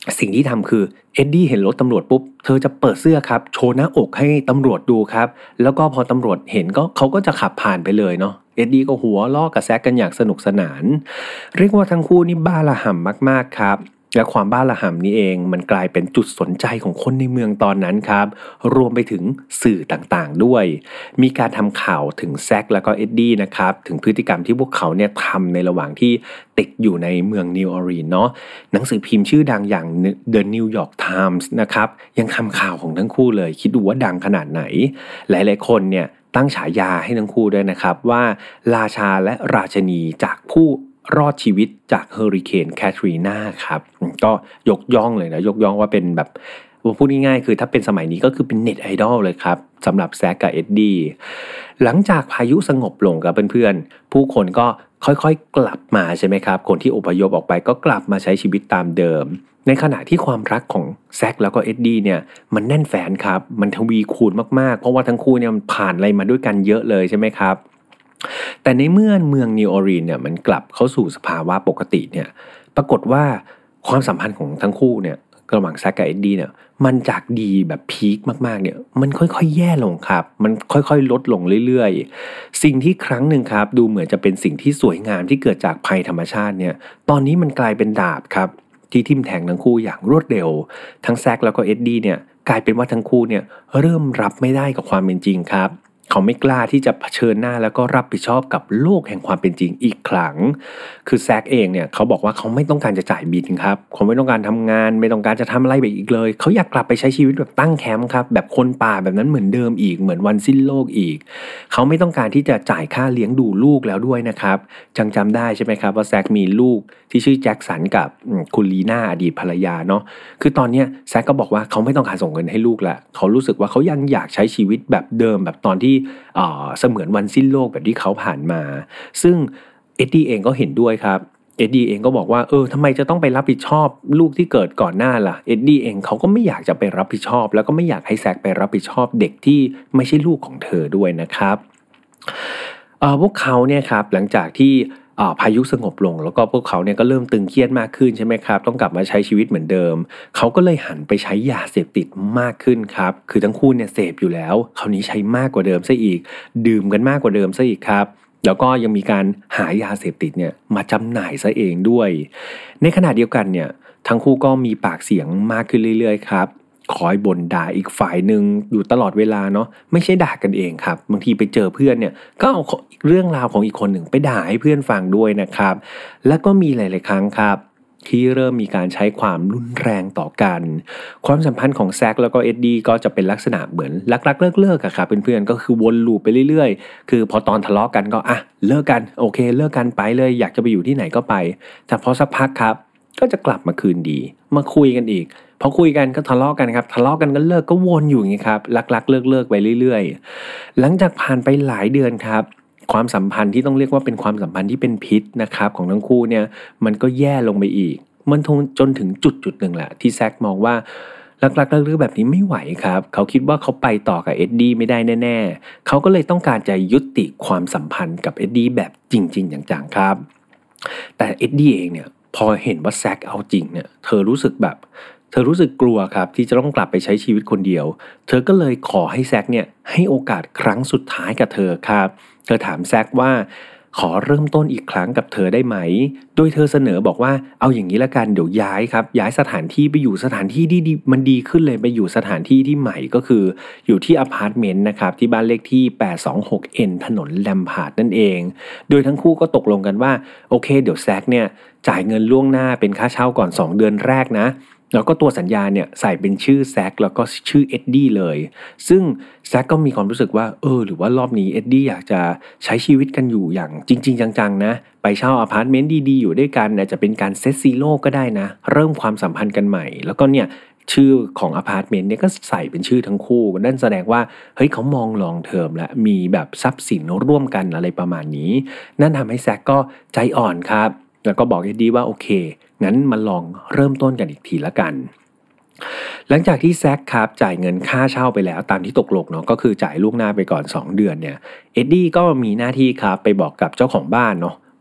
สิ่งที่ทำคือเอ็ดดี้เห็นรถตำรวจปุ๊บเธอจะเปิดเสื้อครับโชว์หน้าอกให้ตำรวจดูครับแล้วก็พอตำรวจเห็นก็เขาก็จะขับผ่านไปเลยเนาะเอ็ดดี้ก็หัวล้อกับแซกกันอย่างสนุกสนานเรียกว่าทั้งคู่นี่บ้าระห่ำมากๆครับและความบ้าระห่ำนี้เองมันกลายเป็นจุดสนใจของคนในเมืองตอนนั้นครับรวมไปถึงสื่อต่างๆด้วยมีการทำข่าวถึงแซกแล้วก็เอ็ดดี้นะครับถึงพฤติกรรมที่พวกเขาเนี่ยทำในระหว่างที่ติดอยู่ในเมืองนิวออร์ลีนส์เนาะหนังสือพิมพ์ชื่อดังอย่าง The New York Times นะครับยังทำข่าวของทั้งคู่เลยคิดดูว่าดังขนาดไหนหลายๆคนเนี่ยตั้งฉายาให้ทั้งคู่ด้วยนะครับว่าราชาและราชนีจากผู้รอดชีวิตจากเฮอริเคนแคทรีนาครับก็ยกย่องเลยนะยกย่องว่าเป็นแบบพูดง่ายๆคือถ้าเป็นสมัยนี้ก็คือเป็นเน็ตไอดอลเลยครับสำหรับแซกกับเอ็ดดี้หลังจากพายุสงบลงกับเพื่อนๆผู้คนก็ค่อยๆกลับมาใช่ไหมครับคนที่อพยพออกไปก็กลับมาใช้ชีวิตตามเดิมในขณะที่ความรักของแซกแล้วก็เอ็ดดี้เนี่ยมันแน่นแฟ้นครับมันทวีคูณมากๆเพราะว่าทั้งคู่เนี่ยมันผ่านอะไรมาด้วยกันเยอะเลยใช่ไหมครับแต่ในเมื่อเมืองนิวออร์ลีนส์เนี่ยมันกลับเข้าสู่สภาวะปกติเนี่ยปรากฏว่าความสัมพันธ์ของทั้งคู่เนี่ยระหว่างแซกกับเอ็ดดี้เนี่ยมันจากดีแบบพีคมากๆเนี่ยมันค่อยๆแย่ลงครับมันค่อยๆลดลงเรื่อยๆสิ่งที่ครั้งหนึ่งครับดูเหมือนจะเป็นสิ่งที่สวยงามที่เกิดจากภัยธรรมชาติเนี่ยตอนนี้มันกลายเป็นดาบครับที่ทิ่มแทงทั้งคู่อย่างรวดเร็วทั้งแซกแล้วก็เอ็ดดี้เนี่ยกลายเป็นว่าทั้งคู่เนี่ยเริ่มรับไม่ได้กับความเป็นจริงครับเขาไม่กล้าที่จะเผชิญหน้าแล้วก็รับผิดชอบกับโลกแห่งความเป็นจริงอีกครั้งคือแซกเองเนี่ยเขาบอกว่าเขาไม่ต้องการจะจ่ายบิลครับเขาไม่ต้องการทำงานไม่ต้องการจะทำอะไรแบบอีกเลยเขาอยากกลับไปใช้ชีวิตแบบตั้งแคมป์ครับแบบคนป่าแบบนั้นเหมือนเดิมอีกเหมือนวันสิ้นโลกอีกเขาไม่ต้องการที่จะจ่ายค่าเลี้ยงดูลูกแล้วด้วยนะครับจังจำได้ใช่ไหมครับว่าแซกมีลูกที่ชื่อแจ็คสันกับคุณลีน่าอดีตภรรยาเนาะคือตอนนี้แซกก็บอกว่าเขาไม่ต้องการส่งเงินให้ลูกละเขารู้สึกว่าเขายังอยากใช้ชีวิตแบบเดิมแบบตอนที่เสมือนวันสิ้นโลกแบบที่เขาผ่านมาซึ่งเอ็ดดี้เองก็เห็นด้วยครับเอ็ดดี้เองก็บอกว่าเออทำไมจะต้องไปรับผิดชอบลูกที่เกิดก่อนหน้าล่ะเอ็ดดี้เองเขาก็ไม่อยากจะไปรับผิดชอบแล้วก็ไม่อยากให้แซกไปรับผิดชอบเด็กที่ไม่ใช่ลูกของเธอด้วยนะครับเอ่อพวกเขาเนี่ยครับหลังจากที่พายุสงบลงแล้วก็พวกเขาเนี่ยก็เริ่มตึงเครียดมากขึ้นใช่ไหมครับต้องกลับมาใช้ชีวิตเหมือนเดิมเขาก็เลยหันไปใช้ยาเสพติดมากขึ้นครับคือทั้งคู่เนี่ยเสพอยู่แล้วคราวนี้ใช้มากกว่าเดิมซะอีกดื่มกันมากกว่าเดิมซะอีกครับแล้วก็ยังมีการหายาเสพติดเนี่ยมาจำหน่ายซะเองด้วยในขณะเดียวกันเนี่ยทั้งคู่ก็มีปากเสียงมากขึ้นเรื่อยๆครับคอยบ่นด่าอีกฝ่ายหนึ่งอยู่ตลอดเวลาเนาะไม่ใช่ด่ากันเองครับบางทีไปเจอเพื่อนเนี่ยก็เอาเรื่องราวของอีกคนหนึ่งไปด่าให้เพื่อนฟังด้วยนะครับแล้วก็มีหลายๆครั้งครับที่เริ่มมีการใช้ความรุนแรงต่อกันความสัมพันธ์ของแซกแล้วก็เอ็ดดี้ก็จะเป็นลักษณะเหมือนรักๆเลิกๆอะครับเพื่อนๆก็คือวนลูปไปเรื่อยๆคือพอตอนทะเลาะกันก็อ่ะเลิกกันโอเคเลิกกันไปเลยอยากจะไปอยู่ที่ไหนก็ไปแต่พอสักพักครับก็จะกลับมาคืนดีมาคุยกันอีกพอคุยกันก็ทะเลาะกันครับทะเลาะกันก็เลิกก็วนอยู่อย่างนี้ครับรักๆเลิกๆไปเรื่อยๆหลังจากผ่านไปหลายเดือนครับความสัมพันธ์ที่ต้องเรียกว่าเป็นความสัมพันธ์ที่เป็นพิษนะครับของทั้งคู่เนี่ยมันก็แย่ลงไปอีกมันจนถึงจุดจุดหนึ่งแหละที่แซกมองว่ารักๆเลิกๆแบบนี้ไม่ไหวครับเขาคิดว่าเขาไปต่อกับเอ็ดดี้ไม่ได้แน่ๆเขาก็เลยต้องการจะยุติความสัมพันธ์กับเอ็ดดี้แบบจริงๆอย่างจังครับแต่เอ็ดดี้เองเนี่ยพอเห็นว่าแซกเอาจริงเนี่ยเธอรู้สึกแบบเธอรู้สึกกลัวครับที่จะต้องกลับไปใช้ชีวิตคนเดียวเธอก็เลยขอให้แซกเนี่ยให้โอกาสครั้งสุดท้ายกับเธอครับเธอถามแซกว่าขอเริ่มต้นอีกครั้งกับเธอได้ไหมโดยเธอเสนอบอกว่าเอาอย่างนี้ละกันเดี๋ยวย้ายครับย้ายสถานที่ไปอยู่สถานที่ที่ดีมันดีขึ้นเลยไปอยู่สถานที่ที่ใหม่ก็คืออยู่ที่อพาร์ตเมนต์นะครับที่บ้านเลขที่แปดสองหกเอ็นถนนแลมพาร์ดนั่นเองโดยทั้งคู่ก็ตกลงกันว่าโอเคเดี๋ยวแซกเนี่ยจ่ายเงินล่วงหน้าเป็นค่าเช่าก่อนสองเดือนแรกนะแล้วก็ตัวสัญญาเนี่ยใส่เป็นชื่อแซกแล้วก็ชื่อเอ็ดดี้เลยซึ่งแซกก็มีความรู้สึกว่าเออหรือว่ารอบนี้เอ็ดดี้อยากจะใช้ชีวิตกันอยู่อย่างจริงๆจังๆนะไปเช่าอพาร์ตเมนต์ดีๆอยู่ด้วยกันอาจจะเป็นการเซตซีโร่ก็ได้นะเริ่มความสัมพันธ์กันใหม่แล้วก็เนี่ยชื่อของอพาร์ตเมนต์เนี่ยก็ใส่เป็นชื่อทั้งคู่นั่นแสดงว่าเฮ้ยเขามองลองเทอมและมีแบบทรัพย์สินร่วมกันอะไรประมาณนี้นั่นทำให้แซกก็ใจอ่อนครับแล้วก็บอกเอ็ดดี้ว่าโอเคงั้นมาลองเริ่มต้นกันอีกทีละกันหลังจากที่แซกครับจ่ายเงินค่าเช่าไปแล้วตามที่ตกลงเนาะก็คือจ่ายล่วงหน้าไปก่อนสองเดือนเนี่ยเอ็ดดี้ก็มีหน้าที่ครับไปบอกกับเจ้าของบ้านเนาะ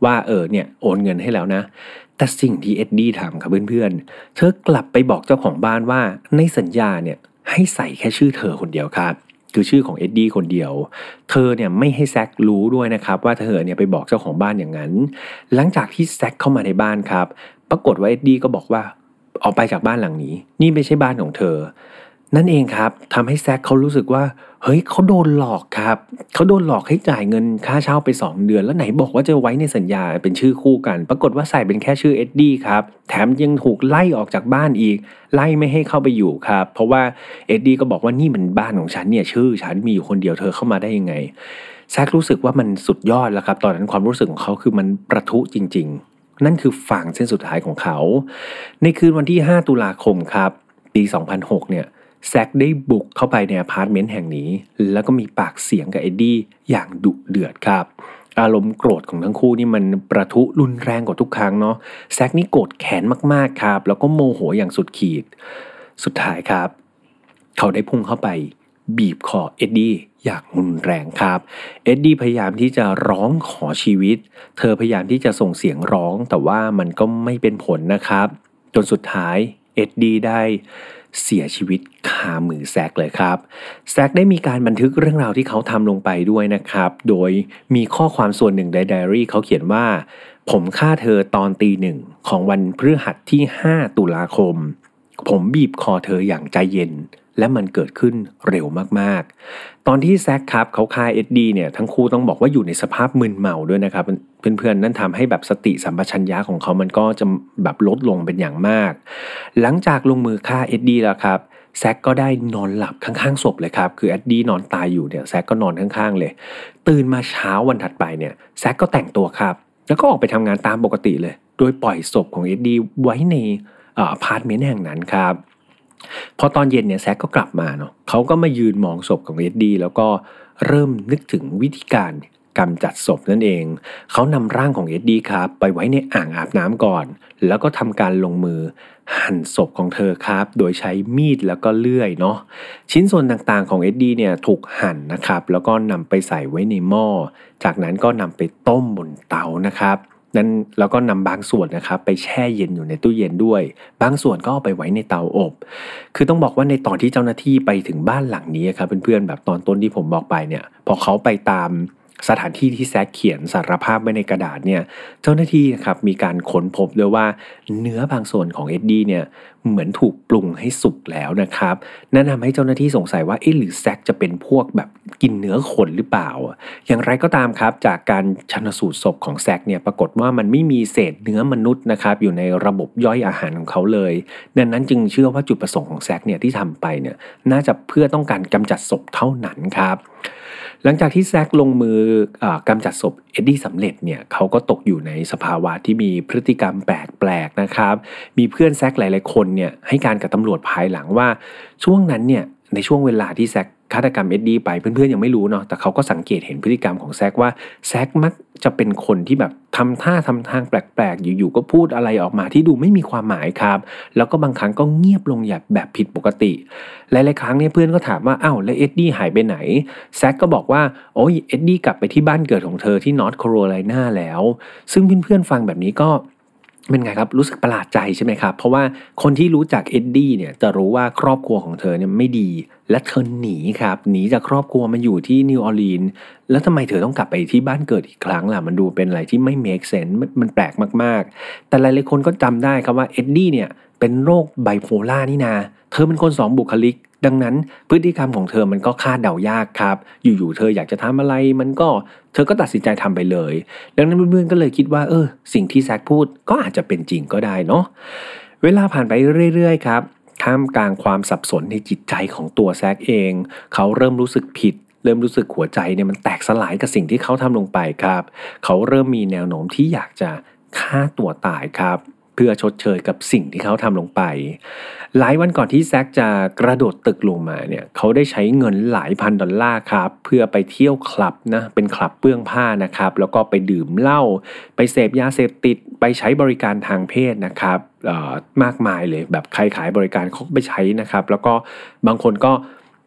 ว่าเออเนี่ยโอนเงินให้แล้วนะแต่สิ่งที่เอ็ดดี้ทำครับเพื่อนๆเธอกลับไปบอกเจ้าของบ้านว่าในสัญญาเนี่ยให้ใส่แค่ชื่อเธอคนเดียวครับคือชื่อของเอ็ดดี้คนเดียวเธอเนี่ยไม่ให้แซครู้ด้วยนะครับว่าเธอเนี่ยไปบอกเจ้าของบ้านอย่างนั้นหลังจากที่แซคเข้ามาในบ้านครับปรากฏว่าเอ็ดดี้ก็บอกว่าออกไปจากบ้านหลังนี้นี่ไม่ใช่บ้านของเธอนั่นเองครับทำให้แซคเขารู้สึกว่าเฮ้ยเขาโดนหลอกครับเขาโดนหลอกให้จ่ายเงินค่าเช่าไปสองเดือนแล้วไหนบอกว่าจะไว้ในสัญญาเป็นชื่อคู่กันปรากฏว่าใส่เป็นแค่ชื่อเอ็ดดี้ครับแถมยังถูกไล่ออกจากบ้านอีกไล่ไม่ให้เข้าไปอยู่ครับเพราะว่าเอ็ดดี้ก็บอกว่านี่มันบ้านของฉันเนี่ยชื่อฉันมีอยู่คนเดียวเธอเข้ามาได้ยังไงแซครู้สึกว่ามันสุดยอดแล้วครับตอนนั้นความรู้สึกของเขาคือมันประทุจริงๆนั่นคือฝั่งเส้นสุดท้ายของเขาในคืนวันที่ห้าตุลาคมครับปีสองพันหกเนี่ยแซคได้บุกเข้าไปในอพาร์ตเมนต์แห่งนี้แล้วก็มีปากเสียงกับเอ็ดดี้อย่างดุเดือดครับอารมณ์โกรธของทั้งคู่นี่มันประทุรุนแรงกว่าทุกครั้งเนาะแซคนี่โกรธแค้นมากๆครับแล้วก็โมโหอย่างสุดขีดสุดท้ายครับเขาได้พุ่งเข้าไปบีบคอเอ็ดดี้อย่างรุนแรงครับเอ็ดดี้พยายามที่จะร้องขอชีวิตเธอพยายามที่จะส่งเสียงร้องแต่ว่ามันก็ไม่เป็นผลนะครับจนสุดท้ายเอ็ดดี้ได้เสียชีวิตคามือแซคเลยครับแซคได้มีการบันทึกเรื่องราวที่เขาทำลงไปด้วยนะครับโดยมีข้อความส่วนหนึ่งในไดอารี่เขาเขียนว่าผมฆ่าเธอตอนตีหนึ่งของวันพฤหัสที่ห้าตุลาคมผมบีบคอเธออย่างใจเย็นและมันเกิดขึ้นเร็วมากๆตอนที่แซคครับเขาฆ่าเอ็ดดี้เนี่ยทั้งคู่ต้องบอกว่าอยู่ในสภาพมึนเมาด้วยนะครับเพื่อนๆนั่นทำให้แบบสติสัมปชัญญะของเขามันก็จะแบบลดลงเป็นอย่างมากหลังจากลงมือฆ่าเอ็ดดี้แล้วครับแซคก็ได้นอนหลับข้างๆศพเลยครับคือเอ็ดดี้นอนตายอยู่เนี่ยแซคก็นอนข้างๆเลยตื่นมาเช้าวันถัดไปเนี่ยแซคก็แต่งตัวครับแล้วก็ออกไปทำงานตามปกติเลยโดยปล่อยศพของเอ็ดดี้ไว้ในอพาร์ตเมนต์แห่งนั้นครับพอตอนเย็นเนี่ยแซคก็กลับมาเนาะเขาก็มายืนมองศพของเอ็ดดี้แล้วก็เริ่มนึกถึงวิธีการกำจัดศพนั่นเองเขานำร่างของเอ็ดดี้ครับไปไว้ในอ่างอาบน้ำก่อนแล้วก็ทำการลงมือหั่นศพของเธอครับโดยใช้มีดแล้วก็เลื่อยเนาะชิ้นส่วนต่างๆของเอ็ดดี้เนี่ยถูกหั่นนะครับแล้วก็นำไปใส่ไว้ในหม้อจากนั้นก็นำไปต้มบนเตานะครับนั้นแล้วก็นำบางส่วนนะครับไปแช่เย็นอยู่ในตู้เย็นด้วยบางส่วนก็เอาไปไว้ในเตาอบคือต้องบอกว่าในตอนที่เจ้าหน้าที่ไปถึงบ้านหลังนี้ครับเพื่อนๆแบบตอนต้นที่ผมบอกไปเนี่ยพอเขาไปตามสถานที่ที่แซคเขียนสารภาพไว้ในกระดาษเนี่ยเจ้าหน้าที่นะครับมีการค้นพบด้วยว่าเนื้อบางส่วนของเอ็ดดี้เนี่ยเหมือนถูกปรุงให้สุกแล้วนะครับนั่นทำให้เจ้าหน้าที่สงสัยว่าเอ๊ะหรือแซคจะเป็นพวกแบบกินเนื้อคนหรือเปล่าอย่างไรก็ตามครับจากการชันสูตรศพของแซคเนี่ยปรากฏว่ามันไม่มีเศษเนื้อมนุษย์นะครับอยู่ในระบบย่อยอาหารของเขาเลยดังนั้นจึงเชื่อว่าจุดประสงค์ของแซคเนี่ยที่ทำไปเนี่ยน่าจะเพื่อต้องการกำจัดศพเท่านั้นครับหลังจากที่แซคลงมือกำจัดศพเอ็ดดี้สำเร็จเนี่ยเขาก็ตกอยู่ในสภาวะที่มีพฤติกรรมแปลกๆนะครับมีเพื่อนแซคหลายๆคนเนี่ยให้การกับตำรวจภายหลังว่าช่วงนั้นเนี่ยในช่วงเวลาที่แซคฆาตกรรมเอ็ดดี้ไปเพื่อนๆยังไม่รู้เนาะแต่เขาก็สังเกตเห็นพฤติกรรมของแซคว่าแซคมักจะเป็นคนที่แบบทำท่าทำทางแปลกๆอยู่ๆก็พูดอะไรออกมาที่ดูไม่มีความหมายครับแล้วก็บางครั้งก็เงียบลงอย่างแบบผิดปกติหลายๆครั้งเนี่ยเพื่อนก็ถามว่าอ้าวแล้วเอ็ดดี้หายไปไหนแซคก็บอกว่าโอ้ยเอ็ดดี้กลับไปที่บ้านเกิดของเธอที่นอร์ทแคโรไลนาแล้วซึ่งเพื่อนๆฟังแบบนี้ก็เป็นไงครับรู้สึกประหลาดใจใช่ไหมครับเพราะว่าคนที่รู้จักเอ็ดดี้เนี่ยจะรู้ว่าครอบครัวของเธอเนี่ยไม่ดีและเธอหนีครับหนีจากครอบครัวมาอยู่ที่นิวออร์ลีนส์แล้วทำไมเธอต้องกลับไปที่บ้านเกิดอีกครั้งล่ะมันดูเป็นอะไรที่ไม่ make sense มันแปลกมากๆแต่หลายๆคนก็จำได้ครับว่าเอ็ดดี้เนี่ยเป็นโรคไบโพล่านี่นาเธอเป็นคนสองบุคลิกดังนั้นพฤติกรรมของเธอมันก็คาดเดายากครับอยู่ๆเธออยากจะทำอะไรมันก็เธอก็ตัดสินใจทำไปเลยดังนั้นเพื่อนๆก็เลยคิดว่าเออสิ่งที่แซคพูดก็อาจจะเป็นจริงก็ได้เนาะเวลาผ่านไปเรื่อยๆครับท่ามกลางความสับสนในจิตใจของตัวแซคเองเขาเริ่มรู้สึกผิดเริ่มรู้สึกหัวใจเนี่ยมันแตกสลายกับสิ่งที่เขาทำลงไปครับเขาเริ่มมีแนวโน้มที่อยากจะฆ่าตัวตายครับเพื่อชดเชยกับสิ่งที่เขาทำลงไปหลายวันก่อนที่แซคจะกระโดดตึกลงมาเนี่ยเขาได้ใช้เงินหลายพันดอลลาร์ครับเพื่อไปเที่ยวคลับนะเป็นคลับเปื้องผ้านะครับแล้วก็ไปดื่มเหล้าไปเสพยาเสพติดไปใช้บริการทางเพศนะครับเอ่อมากมายเลยแบบใครขายบริการเขาไปใช้นะครับแล้วก็บางคนก็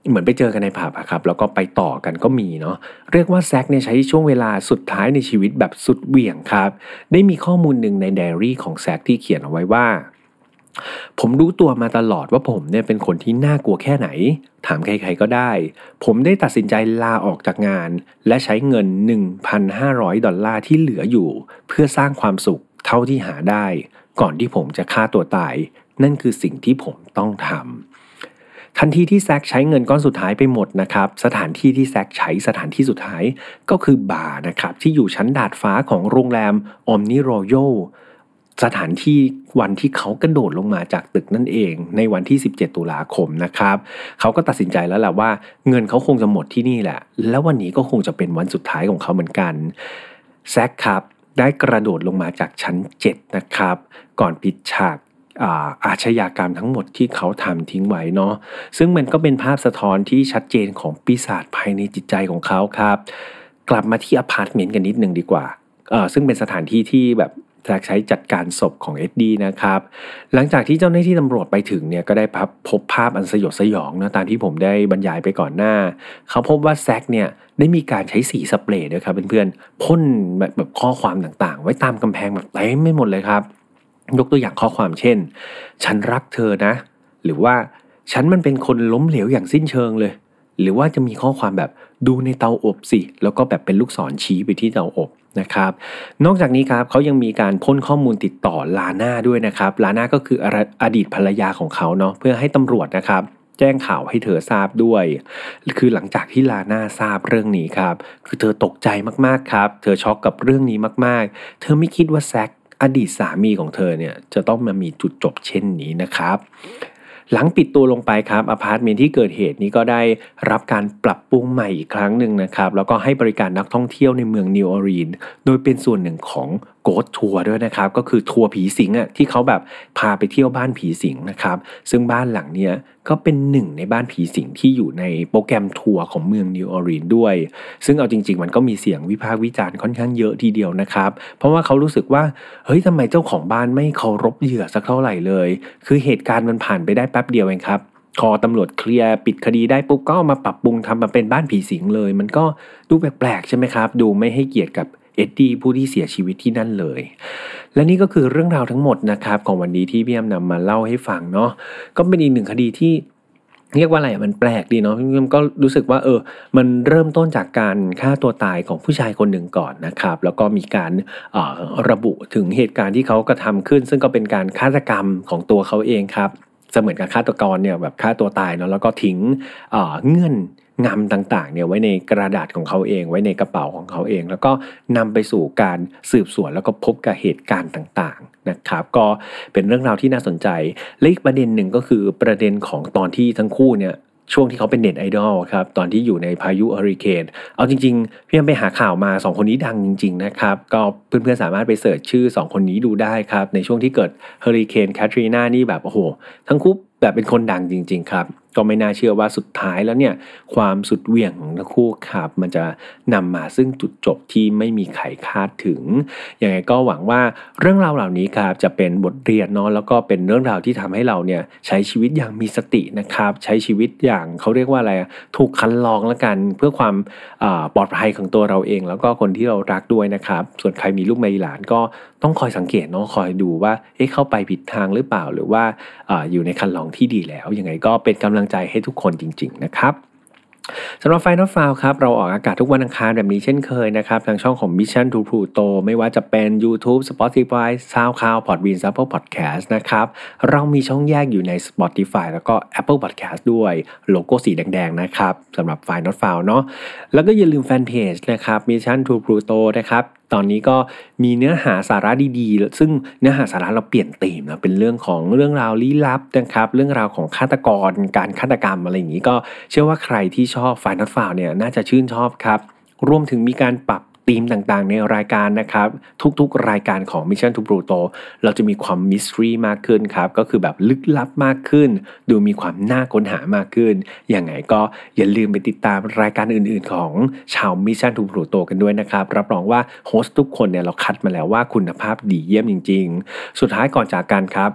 เหมือนไปเจอกันในผับอะครับแล้วก็ไปต่อกันก็มีเนาะเรียกว่าแซคเนี่ยใช้ช่วงเวลาสุดท้ายในชีวิตแบบสุดเหวี่ยงครับได้มีข้อมูลหนึ่งในไดอารี่ของแซคที่เขียนเอาไว้ว่าผมรู้ตัวมาตลอดว่าผมเนี่ยเป็นคนที่น่ากลัวแค่ไหนถามใครๆก็ได้ผมได้ตัดสินใจลาออกจากงานและใช้เงิน หนึ่งพันห้าร้อย ดอลลาร์ที่เหลืออยู่เพื่อสร้างความสุขเท่าที่หาได้ก่อนที่ผมจะฆ่าตัวตายนั่นคือสิ่งที่ผมต้องทำทันทีที่แซคใช้เงินก้อนสุดท้ายไปหมดนะครับสถานที่ที่แซคใช้สถานที่สุดท้ายก็คือบาร์นะครับที่อยู่ชั้นดาดฟ้าของโรงแรม Omni Royal สถานที่วันที่เขากระโดดลงมาจากตึกนั่นเองในวันที่สิบเจ็ดตุลาคมนะครับเขาก็ตัดสินใจแล้วแหละว่าเงินเขาคงจะหมดที่นี่แหละแล้ววันนี้ก็คงจะเป็นวันสุดท้ายของเขาเหมือนกันแซคครับได้กระโดดลงมาจากชั้นเจ็ดนะครับก่อนปิดฉากอาอาชญากรรมทั้งหมดที่เขาทำทิ้งไว้เนาะซึ่งมันก็เป็นภาพสะท้อนที่ชัดเจนของปีศาจภายในจิตใจของเขาครับกลับมาที่อพาร์ตเมนต์กันนิดนึงดีกว่าเอ่อซึ่งเป็นสถานที่ที่แบบแซคใช้จัดการศพของเอ็ดดี้นะครับหลังจากที่เจ้าหน้าที่ตำรวจไปถึงเนี่ยก็ได้พบภาพอันสยดสยองนะตามที่ผมได้บรรยายไปก่อนหน้าเขาพบว่าแซคเนี่ยได้มีการใช้สีสเปรย์ด้วยครับเพื่อนๆพ่นแบบแบบข้อความต่างๆไว้ตามกำแพงแบบเต็มไม่หมดเลยครับยกตัวอย่างข้อความเช่นฉันรักเธอนะหรือว่าฉันมันเป็นคนล้มเหลวอย่างสิ้นเชิงเลยหรือว่าจะมีข้อความแบบดูในเตาอบสิแล้วก็แบบเป็นลูกศรชี้ไปที่เตาอบนะครับนอกจากนี้ครับเขายังมีการพ่นข้อมูลติดต่อลาน่าด้วยนะครับลาน่าก็คืออดีตภรรยาของเขาเนาะเพื่อให้ตำรวจนะครับแจ้งข่าวให้เธอทราบด้วยคือหลังจากที่ลาน่าทราบเรื่องนี้ครับคือเธอตกใจมากๆครับเธอช็อกกับเรื่องนี้มากๆเธอไม่คิดว่าแซคอดีตสามีของเธอเนี่ยจะต้องมามีจุดจบเช่นนี้นะครับหลังปิดตัวลงไปครับอพาร์ตเมนต์ที่เกิดเหตุนี้ก็ได้รับการปรับปรุงใหม่อีกครั้งหนึ่งนะครับแล้วก็ให้บริการนักท่องเที่ยวในเมืองนิวออร์ลีนส์โดยเป็นส่วนหนึ่งของโกสต์ทัวร์ด้วยนะครับก็คือทัวร์ผีสิงอ่ะที่เขาแบบพาไปเที่ยวบ้านผีสิงนะครับซึ่งบ้านหลังเนี้ยก็เป็นหนึ่งในบ้านผีสิงที่อยู่ในโปรแกรมทัวร์ของเมืองนิวออร์ลีนส์ด้วยซึ่งเอาจริงๆมันก็มีเสียงวิพากษ์วิจารณ์ค่อนข้างเยอะทีเดียวนะครับเพราะว่าเขารู้สึกว่าเฮ้ยทำไมเจ้าของบ้านไม่เคารพเหยื่อสักเท่าไหร่เลยคือเหตุการณ์มันผ่านไปได้แป๊บเดียวเองครับพอตำรวจเคลียร์ปิดคดีได้ปุ๊บก็เอามาปรับปรุงทำมาเป็นบ้านผีสิงเลยมันก็ดูแปลกๆใช่ไหมครับดูไม่ให้เกียรติกับเอ็ดดี้ผู้ที่เสียชีวิตที่นั่นเลยและนี่ก็คือเรื่องราวทั้งหมดนะครับของวันนี้ที่พี่แอมนำมาเล่าให้ฟังเนาะก็เป็นอีกหนึ่งคดีที่เรียกว่าอะไรมันแปลกดีเนาะพี่แอมก็รู้สึกว่าเออมันเริ่มต้นจากการฆ่าตัวตายของผู้ชายคนหนึ่งก่อนนะครับแล้วก็มีการเอ่อระบุถึงเหตุการณ์ที่เขากระทำขึ้นซึ่งก็เป็นการฆาตกรรมของตัวเขาเองครับเสมือนกับฆาตกรเนี่ยแบบฆ่าตัวตายเนาะแล้วก็ทิ้งเอ่อเงื่อนงำต่างๆเนี่ยไว้ในกระดาษของเขาเองไว้ในกระเป๋าของเขาเองแล้วก็นำไปสู่การสืบสวนแล้วก็พบกับเหตุการณ์ต่างๆนะครับก็เป็นเรื่องราวที่น่าสนใจและอีกประเด็นหนึ่งก็คือประเด็นของตอนที่ทั้งคู่เนี่ยช่วงที่เขาเป็นเน็ตไอดอลครับตอนที่อยู่ในพายุเฮอริเคนเอาจริงๆพี่ยังไปหาข่าวมาสองคนนี้ดังจริงๆนะครับก็เพื่อนๆสามารถไปเสิร์ชชื่อสองคนนี้ดูได้ครับในช่วงที่เกิดเฮอริเคนแคทรีนานี่แบบโอ้โหทั้งคู่แบบเป็นคนดังจริงๆครับก็ไม่น่าเชื่อว่าสุดท้ายแล้วเนี่ยความสุดเหวี่ยงของทั้งคู่ครับมันจะนำมาซึ่งจุดจบที่ไม่มีใครคาดถึงยังไงก็หวังว่าเรื่องราวเหล่านี้ครับจะเป็นบทเรียนเนาะแล้วก็เป็นเรื่องราวที่ทำให้เราเนี่ยใช้ชีวิตอย่างมีสตินะครับใช้ชีวิตอย่างเขาเรียกว่าอะไรถูกคันลองแล้วกันเพื่อความปลอดภัยของตัวเราเองแล้วก็คนที่เรารักด้วยนะครับส่วนใครมีลูกมีหลานก็ต้องคอยสังเกตเนาะคอยดูว่าเอ๊ะเข้าไปผิดทางหรือเปล่าหรือว่า อ, อยู่ในคันลองที่ดีแล้วยังไงก็เป็นกำลังใจให้ทุกคนจริงๆนะครับสำหรับ Final File ครับเราออกอากาศทุกวันอังคารแบบนี้เช่นเคยนะครับทางช่องของ Mission to Pluto ไม่ว่าจะเป็น YouTube Spotify SoundCloud Podbean Apple Podcast นะครับเรามีช่องแยกอยู่ใน Spotify แล้วก็ Apple Podcast ด้วยโลโก้สีแดงๆนะครับสำหรับ Final File เนาะแล้วก็อย่าลืมแฟนเพจนะครับ Mission to Pluto นะครับตอนนี้ก็มีเนื้อหาสาระดีๆซึ่งเนื้อหาสาระเราเปลี่ยนธีมนะเป็นเรื่องของเรื่องราวลี้ลับนะครับเรื่องราวของฆาตกรการฆาตกรรมอะไรอย่างนี้ก็เชื่อว่าใครที่ชอบ Final File เนี่ยน่าจะชื่นชอบครับรวมถึงมีการปรับธีมต่างๆในรายการนะครับทุกๆรายการของ Mission to Pluto เราจะมีความมิสทรีมากขึ้นครับก็คือแบบลึกลับมากขึ้นดูมีความน่าค้นหามากขึ้นยังไงก็อย่าลืมไปติดตามรายการอื่นๆของชาว Mission to Pluto กันด้วยนะครับรับรองว่าโฮสต์ทุกคนเนี่ยเราคัดมาแล้วว่าคุณภาพดีเยี่ยมจริงๆสุดท้ายก่อนจากกันครับ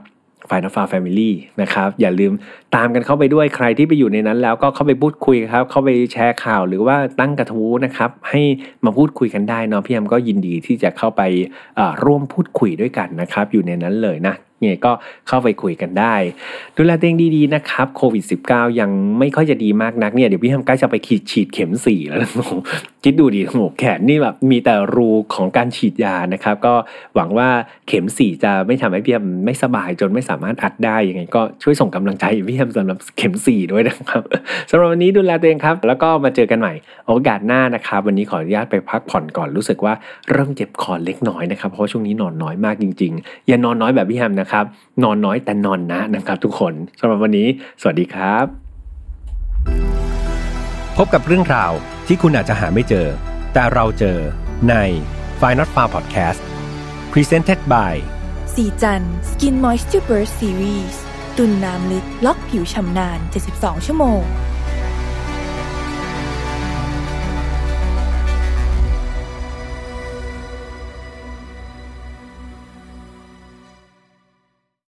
Final Far Family นะครับอย่าลืมตามกันเข้าไปด้วยใครที่ไปอยู่ในนั้นแล้วก็เข้าไปพูดคุยครับเข้าไปแชร์ข่าวหรือว่าตั้งกระทู้นะครับให้มาพูดคุยกันได้เนาะพี่แอมก็ยินดีที่จะเข้าไปร่วมพูดคุยด้วยกันนะครับอยู่ในนั้นเลยนะเนี่ยก็เข้าไปคุยกันได้ดูแลตัวเองดีๆนะครับโควิด สิบเก้า ยังไม่ค่อยจะดีมากนักเนี่ยเดี๋ยวพี่แฮมใกล้จะไปฉีดเข็มสี่แล้วนะคิดดูดิโหแขนนี่แบบมีแต่รูของการฉีดยานะครับก็หวังว่าเข็มสี่จะไม่ทำให้พี่แฮมไม่สบายจนไม่สามารถอัดได้ยังไงก็ช่วยส่งกำลังใจพี่แฮมสำหรับเข็มสี่ด้วยนะครับสำหรับวันนี้ดูแลตัวเองครับแล้วก็มาเจอกันใหม่โอกาสหน้านะครับวันนี้ขออนุญาตไปพักผ่อนก่อนรู้สึกว่าเริ่มเจ็บคอเล็กน้อยนะครับเพราะช่วงนี้นอนน้อยมากจริงๆอย่านอนน้อยแบบพี่แฮมนะครับนอนน้อยแต่นอนนะนะครับทุกคนสำหรับวันนี้สวัสดีครับพบกับเรื่องราวที่คุณอาจจะหาไม่เจอแต่เราเจอใน Final Not Far Podcast Presented by สีจัน Skin Moisture Burst Series ตุ่นน้ำลึกล็อกผิวชำนานเจ็ดสิบสองชั่วโมง